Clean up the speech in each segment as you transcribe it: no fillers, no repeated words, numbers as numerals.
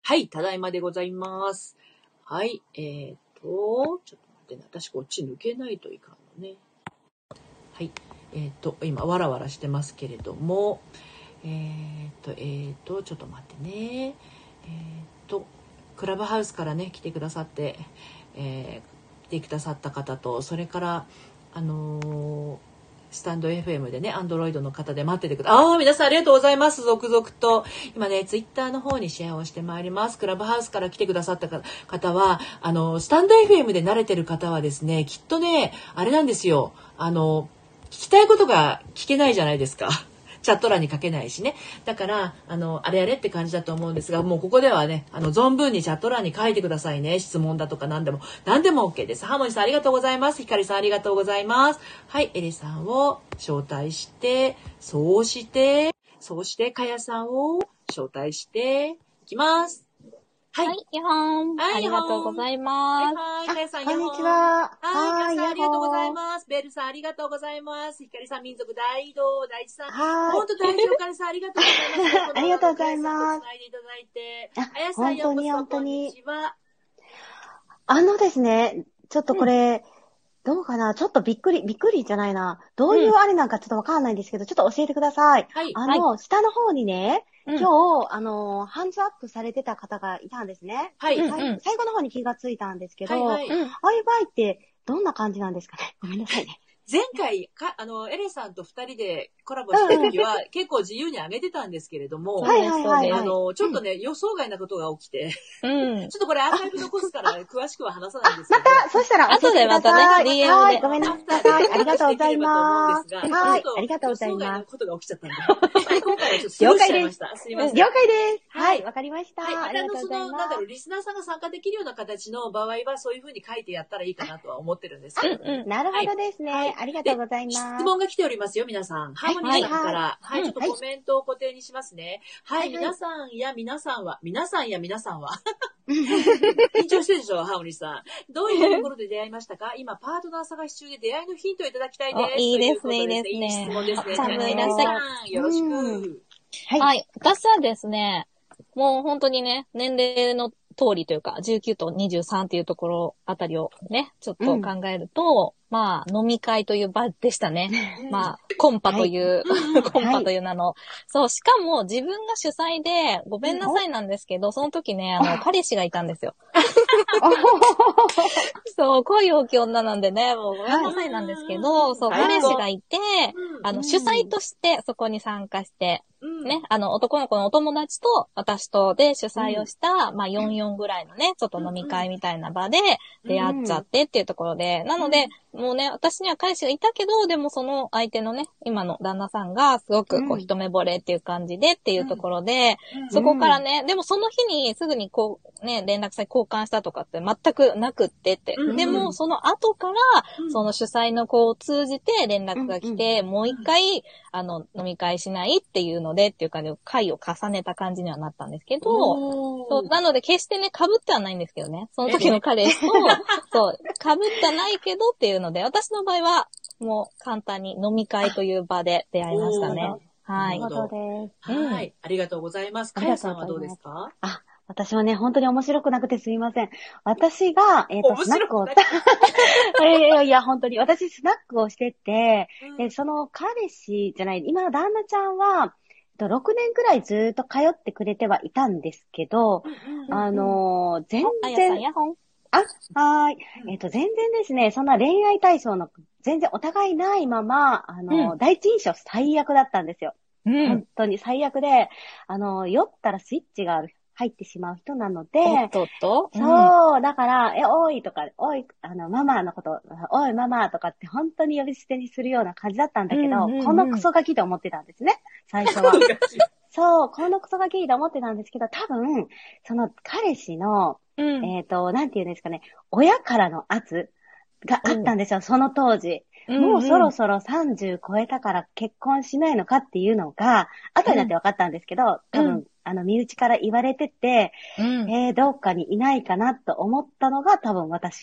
はい、ただいまでございます。はい、ちょっと待ってね、私こっち抜けないといかんのね。はい、今わらわらしてますけれども、ちょっと待ってね。クラブハウスからね、来てくださって、来てくださった方と、それから、スタンド FM でね、アンドロイドの方で待っててください。皆さんありがとうございます。続々と。今ね、ツイッターの方にシェアをしてまいります。クラブハウスから来てくださった方は、スタンド FM で慣れてる方はですね、きっとね、あれなんですよ。聞きたいことが聞けないじゃないですか。チャット欄に書けないしね。だから、あれあれって感じだと思うんですが、もうここではね、存分にチャット欄に書いてくださいね。質問だとか何でも OK です。ハーモニーさんありがとうございます。ひかりさんありがとうございます。はい、エリさんを招待して、そうして、かやさんを招待していきます。 はい、やはん。ありがとうございます。 はい、かやさん、 こんにちは。 はい、かやさんありがとうございます。ベルさんありがとうございます。ひかりさん、民族大移動、大地さん。本当大地のかりさんありがとうございます。 ありがとうございます。 つないでいただいて。 あやさん、ようこそ、こんにちは。 ですね、ちょっとこれ、どうかな、ちょっとびっくりじゃないな。どういうあれなんかちょっとわかんないんですけど、ちょっと教えてください。 はい。 下の方にね、今日、ハンズアップされてた方がいたんですね。 はい。 最後の方に気がついたんですけど、 はい。 ああいう場合ってどんな感じなんですかね。ごめんなさいね。 前回エレさんと2人でコラボした時は結構自由に上げてたんですけれども、ちょっとね、予想外なことが起きて、ちょっとこれアーカイブ残すから詳しくは話さないんですけど。 そしたら後でまたね、DM で。 はい、ごめんなさい。ありがとうございます。はい、ありがとうございます。 予想外のことが起きちゃったんで。今回はちょっとスルーしちゃいました。すいません。 了解です。はい、わかりました。 はい、リスナーさんが参加できるような形の場合は、そういうふうに書いてやったらいいかなとは思ってるんですけど。 なるほどですね。ありがとうございます。 質問が来ておりますよ、皆さん。ハーモニーさんから。はい、ちょっとコメントを固定にしますね。はい、皆さんや皆さんは。緊張してるでしょ、ハーモニーさん。どういうところで出会いましたか？今、パートナー探し中で出会いのヒントをいただきたいです。 いいですね、いいですね。 いい質問ですね。 ちゃんといらっしゃい。 よろしく。 はい。私はですね、もう本当にね、年齢の通りというか、19と23っていうところあたりをね、ちょっと考えると、まあ、飲み会という場でしたね。まあ、コンパという、コンパという名の。そう、しかも自分が主催で、ごめんなさいなんですけど、その時ね、彼氏がいたんですよ。そう、恋大きい女なんでね、もうごめんなさいなんですけど、そう、彼氏がいて、主催としてそこに参加して、ね、男の子のお友達と私とで主催をした、まあ44ぐらいのね、ちょっと飲み会みたいな場で出会っちゃってっていうところで、なので、もうね、私には彼氏がいたけど、でもその相手のね、今の旦那さんがすごくこう一目惚れっていう感じでっていうところで、そこからね、でもその日にすぐにこうね、連絡先交換したとかって全くなくってって。でもその後から、その主催の子を通じて連絡が来て、もう一回、飲み会しないっていうのでっていう感じで会を重ねた感じにはなったんですけど、そうなので決してね、被ってはないんですけどね、その時の彼氏と、そう、被ってはないけどっていうので、私の場合はもう簡単に飲み会という場で出会いましたね。はい。 はい。ありがとうございます。かやさんはどうですか？ 私はね、本当に面白くなくてすいません。私が、スナックを、いや、本当に、私、スナックをしてて、で、その彼氏じゃない、今の旦那ちゃんは、6年くらいずっと通ってくれてはいたんですけど、全然、はい。全然ですね、そんな恋愛対象の、全然お互いないまま、第一印象最悪だったんですよ。本当に最悪で、酔ったらスイッチが入ってしまう人なので、そう、だから、おいとか、おい、ママのこと、おいママとかって本当に呼び捨てにするような感じだったんだけど、このクソガキと思ってたんですね、最初は。そう、このクソガキと思ってたんですけど、多分、その彼氏の、なんていうんですかね、親からの圧があったんですよ、その当時。もうそろそろ30超えたから結婚しないのかっていうのが、後になって分かったんですけど、多分、身内から言われてて、どっかにいないかなと思ったのが多分私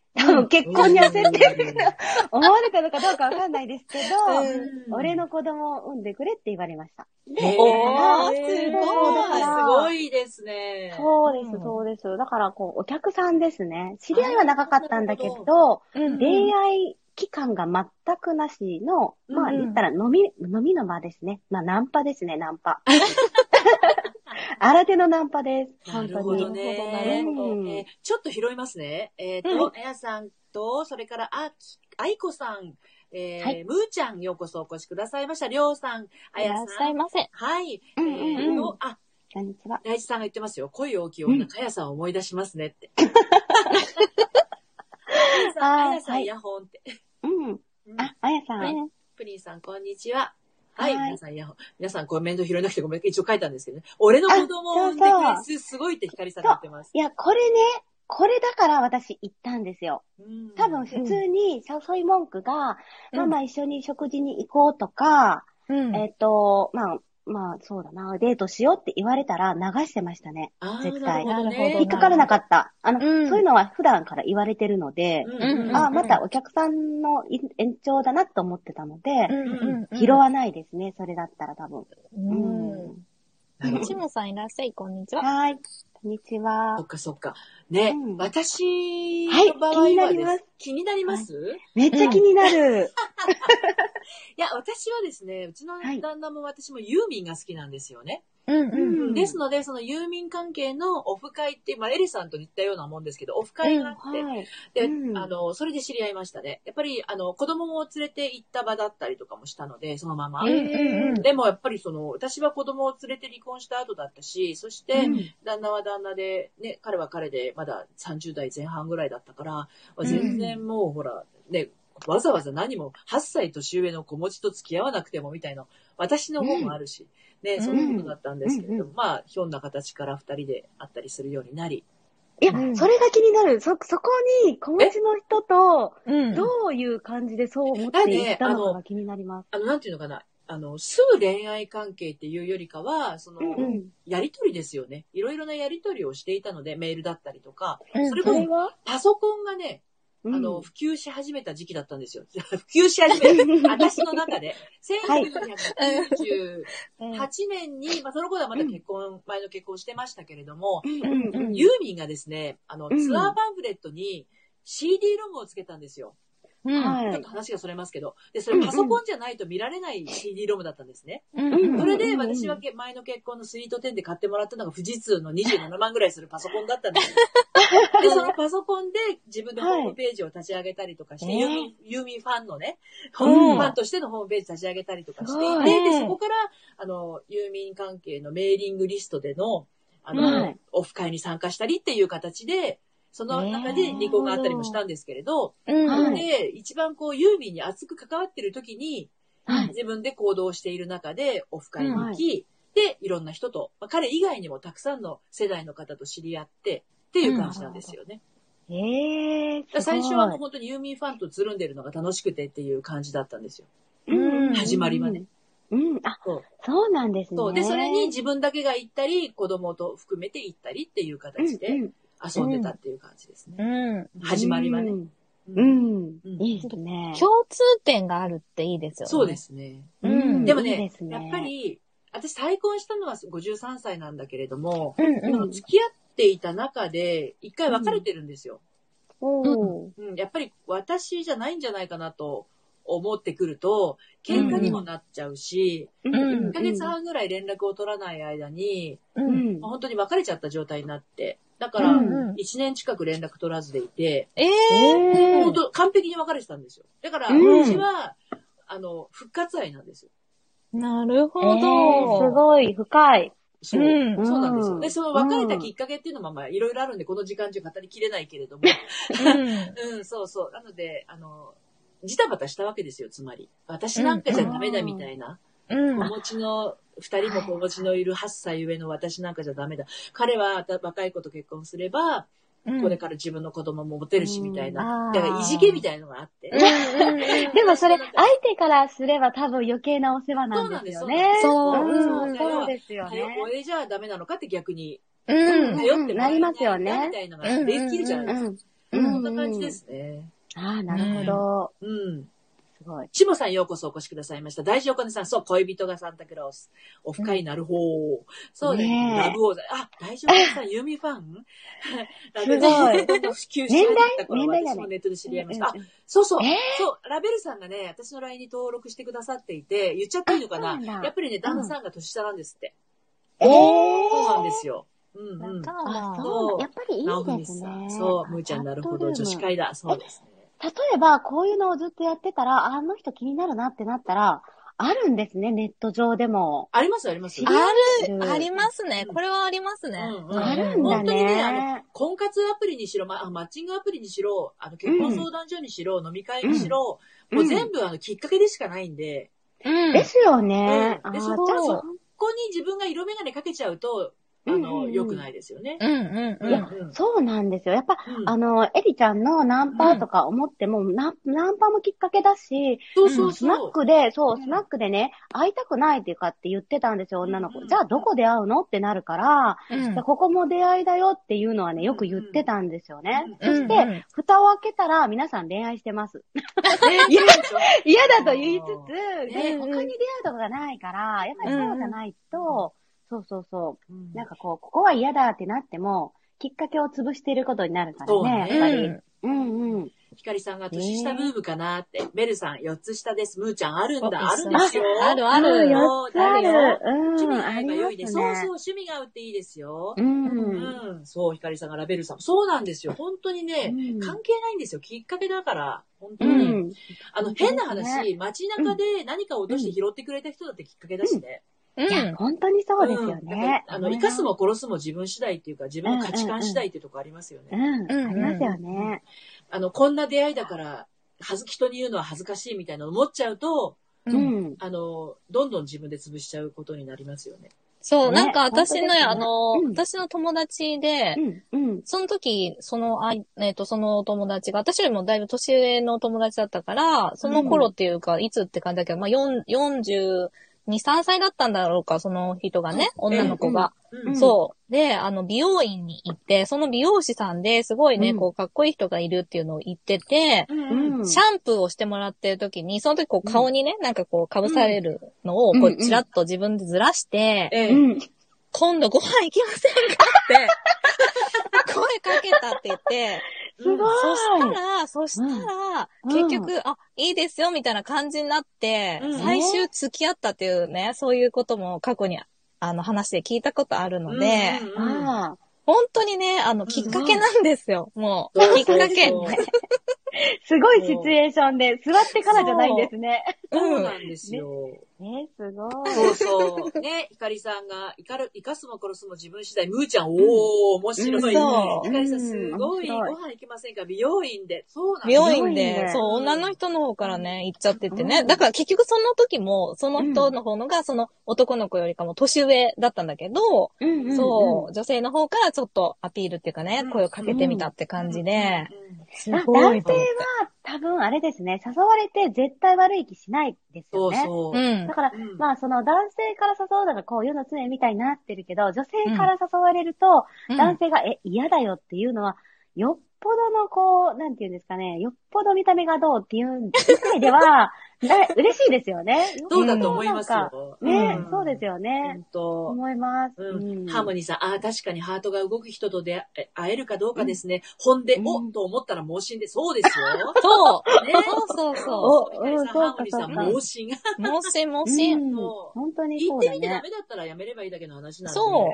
多分結婚に焦ってる思われたのかどうかわかんないですけど、俺の子供を産んでくれって言われました。 で、すごいですね。 そうです、そうです。だから、お客さんですね。知り合いは長かったんだけど、恋愛期間が全くなしの、まあ言ったら飲みの場ですね。まあナンパですね、ナンパ。新手のナンパです。本当に。 なるほどね。ちょっと拾いますね。あやさんと、それから、あいこさん、むーちゃん、ようこそお越しくださいました。りょうさん、あやさん。 いらっしゃいませ。 はい。 こんにちは。 大地さんが言ってますよ。恋大きい女、あやさんを思い出しますねって。あやさん、ヤホンって。 あやさん。 プリンさん、こんにちは。はい。皆さん、コメント拾えなくてごめん。一応書いたんですけどね。俺の子供を産んでくれすごいって光さんが言ってます。 いや、これだから私行ったんですよ。多分普通に誘い文句が、ママ一緒に食事に行こうとか、まあ、そうだな、デートしようって言われたら流してましたね。絶対。引っかからなかった。そういうのは普段から言われてるので、またお客さんの延長だなと思ってたので、拾わないですね、それだったら多分。 ちもさんいらっしゃい、こんにちは。 はい。こんにちは。 そっか。ね、私の場合はです。気になります？ めっちゃ気になる。 いや、私はですね、うちの旦那も私もユーミンが好きなんですよね。ですので、そのユーミン関係のオフ会って、エリさんと似たようなもんですけど、オフ会があって、で、それで知り合いましたね。やっぱり、子供を連れて行った場だったりとかもしたので、そのまま。でもやっぱり私は子供を連れて離婚した後だったし、そして、旦那は旦那で、ね、彼は彼でまだ30代前半ぐらいだったから、全然もうほら、ね、わざわざ何も8歳年上の子持ちと付き合わなくてもみたいな、私の方もあるし、ね、そういうことだったんですけれども、ひょんな形から2人で会ったりするようになり。 いや、それが気になる。そこに子持ちの人と、どういう感じでそう思っていったのかが気になります。 なんていうのかな。すぐ恋愛関係っていうよりかは、やりとりですよね。いろいろなやりとりをしていたので、メールだったりとか、それこそパソコンがね、普及し始めた時期だったんですよ。普及し始めた。私の中で。1998年に、その頃はまだ前の結婚してましたけれども、ユーミンがですね、ツアーパンフレットに CD ロムをつけたんですよ。ちょっと話がそれますけど。で、それパソコンじゃないと見られない CD ロムだったんですね。それで私は前の結婚のスイート10で買ってもらったのが富士通の27万ぐらいするパソコンだったんですよ。で、そのパソコンで自分のホームページを立ち上げたりとかして、ユーミンファンのね、ファンとしてのホームページ立ち上げたりとかしていて、で、そこから、ユーミン関係のメーリングリストでの、オフ会に参加したりっていう形で、その中で離婚があったりもしたんですけれど、で、一番ユーミンに熱く関わってる時に、自分で行動している中でオフ会に行き、で、いろんな人と、彼以外にもたくさんの世代の方と知り合って、っていう感じなんですよね。最初は本当にユーミンファンとつるんでるのが楽しくてっていう感じだったんですよ。始まりはね。 そうなんですね。 で、それに自分だけが行ったり、子供と含めて行ったりっていう形で遊んでたっていう感じですね。始まりはね。 いいですね。 共通点があるっていいですよね。 そうですね。でもね、やっぱり、私再婚したのは53歳なんだけれども、付き合っていた中で、一回別れてるんですよ。やっぱり私じゃないんじゃないかなと思ってくると、喧嘩にもなっちゃうし、1ヶ月半ぐらい連絡を取らない間に、本当に別れちゃった状態になって、だから、1年近く連絡取らずでいて、本当完璧に別れてたんですよ。だから、私は、復活愛なんですよ。 なるほど。 すごい深い。 そうなんですよ。で、その別れたきっかけっていうのもいろいろあるんで、この時間中語りきれないけれども。そうそう。なので、ジタバタしたわけですよ、つまり。私なんかじゃダメだみたいな。子持ちの、2人も子持ちのいる8歳上の私なんかじゃダメだ。彼は若い子と結婚すれば、これから自分の子供も持てるし、みたいな。だからいじけみたいなのがあって。 でもそれ、相手からすれば多分余計なお世話なんですよね。そうですよね。 これじゃダメなのかって逆に、 なりますよね。 みたいなのができるじゃないですか。 そんな感じですね。 ああ、なるほど。 うん。 すごい。 しもさんようこそお越しくださいました。大事お金さん、そう、恋人がサンタクロース。オフ会なる方。そうだね。ラブオーザー。あ、大事お金さん、ユーミファンすごい。年代私もネットで知り合いました。あ、そうそう。そう、ラベルさんがね、私の LINE に登録してくださっていて、言っちゃっていいのかな？やっぱりね、旦那さんが年下なんですって。そうなんですよ。うんうん。 そう。やっぱりいいですね。 そう、むーちゃんなるほど。女子会だ。そうですね。 例えば、こういうのをずっとやってたら、あの人気になるなってなったら、あるんですね、ネット上でも。 あります、あります。 ありますね。これはありますね。 あるんだね。 本当にね、婚活アプリにしろ、マッチングアプリにしろ、結婚相談所にしろ、飲み会にしろ、もう全部きっかけでしかないんで。 ですよね。 で、そこに自分が色眼鏡かけちゃうと、良くないですよね。 いや、そうなんですよ。やっぱ、エリちゃんのナンパとか思っても、ナンパもきっかけだし、スナックでね、会いたくないっていうかって言ってたんですよ、女の子。じゃあどこで会うのってなるから、ここも出会いだよっていうのはね、よく言ってたんですよね。そして、蓋を開けたら皆さん恋愛してます。嫌だと言いつつ、で、他に出会うとこがないから、やっぱりそうじゃないと、そう。なんかここは嫌だってなっても、きっかけを潰していることになるからね、やっぱり。 ひかりさんが年下ブームかなって。ベルさん、4つ下です。ムーちゃん、あるんだ。あるんですよ。 ある。 4つある。 趣味が合えば良いね。そう、趣味が合うっていいですよ。そう、ひかりさんがラベルさん。そうなんですよ。本当にね、関係ないんですよ。きっかけだから。本当に。変な話、街中で何かを落として拾ってくれた人だってきっかけだしね。 いや、本当にそうですよね。 生かすも殺すも自分次第っていうか、自分の価値観次第っていうところありますよね。 ありますよね。 こんな出会いだから、人に言うのは恥ずかしいみたいなの思っちゃうと、どんどん自分で潰しちゃうことになりますよね。 そう、なんか私の、私の友達で、その時、そのお友達が、私よりもだいぶ年上の友達だったから、その頃っていうか、いつって感じだけど、42、3歳だったんだろうか、その人がね、女の子が。そう。で、美容院に行って、その美容師さんですごいね、かっこいい人がいるっていうのを言ってて、シャンプーをしてもらってる時に、その時顔にね、なんか被されるのを、チラッと自分でずらして、今度ご飯行きませんかって、声かけたって言って、 すごい。 そしたら、結局、いいですよ、みたいな感じになって、最終付き合ったっていうね、そういうことも過去に、話で聞いたことあるので、本当にね、きっかけなんですよ、もう。きっかけ。 すごいシチュエーションで、座ってからじゃないんですね。 そうなんですよ。 すごい。 そう。ね、ひかりさんが、生かすも殺すも自分次第、むーちゃん、面白い。ひかりさん、すごい、ご飯行きませんか？美容院で。そうなんです。 美容院で、そう、女の人の方からね、行っちゃっててね。だから結局その時も、その人の方のが、その男の子よりかも年上だったんだけど、そう、女性の方からちょっとアピールっていうかね、声をかけてみたって感じで、 男性は多分あれですね、誘われて絶対悪い気しないですよね。だから、その男性から誘うのがこういうの常みたいになってるけど、女性から誘われると、男性が嫌だよっていうのは、よっぽどのなんていうんですかね、よっぽど見た目がどうっていう理解では、嬉しいですよね。 そうだと思いますよ。 ね、そうですよね。思います。 ハーモニーさん、確かにハートが動く人と会えるかどうかですね。ほんで、と思ったら盲信で、そうですよ。 そう。 ね。 そう。 ハーモニーさん、盲信。 盲信。 本当に言ってみてダメだったらやめればいいだけの話なんで。 そう。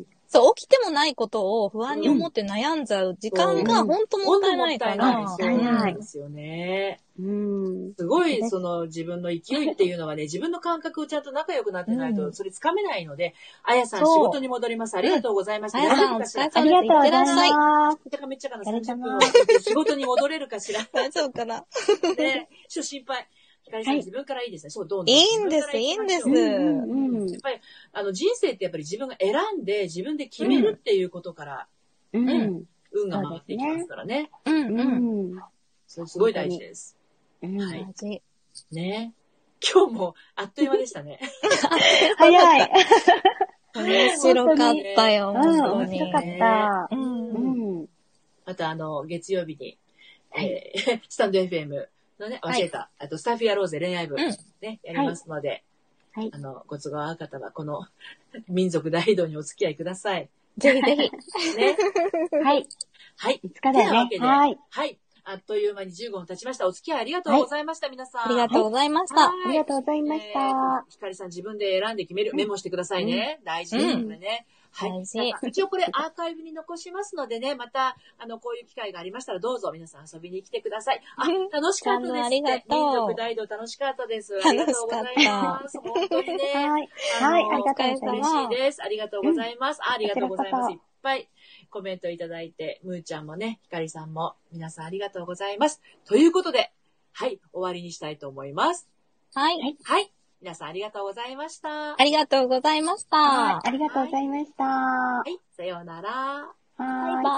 そう、起きてもないことを不安に思って悩んじゃう時間が本当もったいないから。 そうなんですよね。すごい、自分の勢いっていうのがね、自分の感覚をちゃんと仲良くなってないと、それつかめないので、あやさん仕事に戻ります。ありがとうございます。 あやさん、お疲れ様です。いってらっしゃい。 めっちゃかな、30分仕事に戻れるかしら。 大丈夫かな。 ね、心配。ひかりさん、自分からいいですね。そう、どうぞ。 いいんです。やっぱり、人生ってやっぱり自分が選んで、自分で決めるっていうことから、運が回っていきますからね。それすごい大事です。はい。ね。今日もあっという間でしたね。 早い。 面白かったよ。 面白かった。 また月曜日に、スタンド FM のね、忘れた、あとスタッフやろうぜ恋愛部、ね、やりますので、 はい。 ご都合合う方は、この民族大移動にお付き合いください。 ぜひぜひ。 ね。 はい。 はい。 いつかだよね。 というわけで、 はい。 はい。あっという間に15分経ちました。お付き合いありがとうございました、皆さん。 ありがとうございました。 ありがとうございました。 ひかりさん自分で選んで決める。メモしてくださいね。大事ですからね。はい。一応これアーカイブに残しますのでね、また、こういう機会がありましたらどうぞ皆さん遊びに来てください。楽しかったです。 ありがとう。 民族大移動楽しかったです。ありがとうございます。本当にね。 はい。はい、ありがとうございます。 嬉しいです。ありがとうございます。ありがとうございます。いっぱいコメントいただいて、むーちゃんもね、ひかりさんも皆さんありがとうございます。ということで、はい、終わりにしたいと思います。 はい。 はい。皆さんありがとうございました。 ありがとうございました。 はい、ありがとうございました。 はい、さようなら。 はい。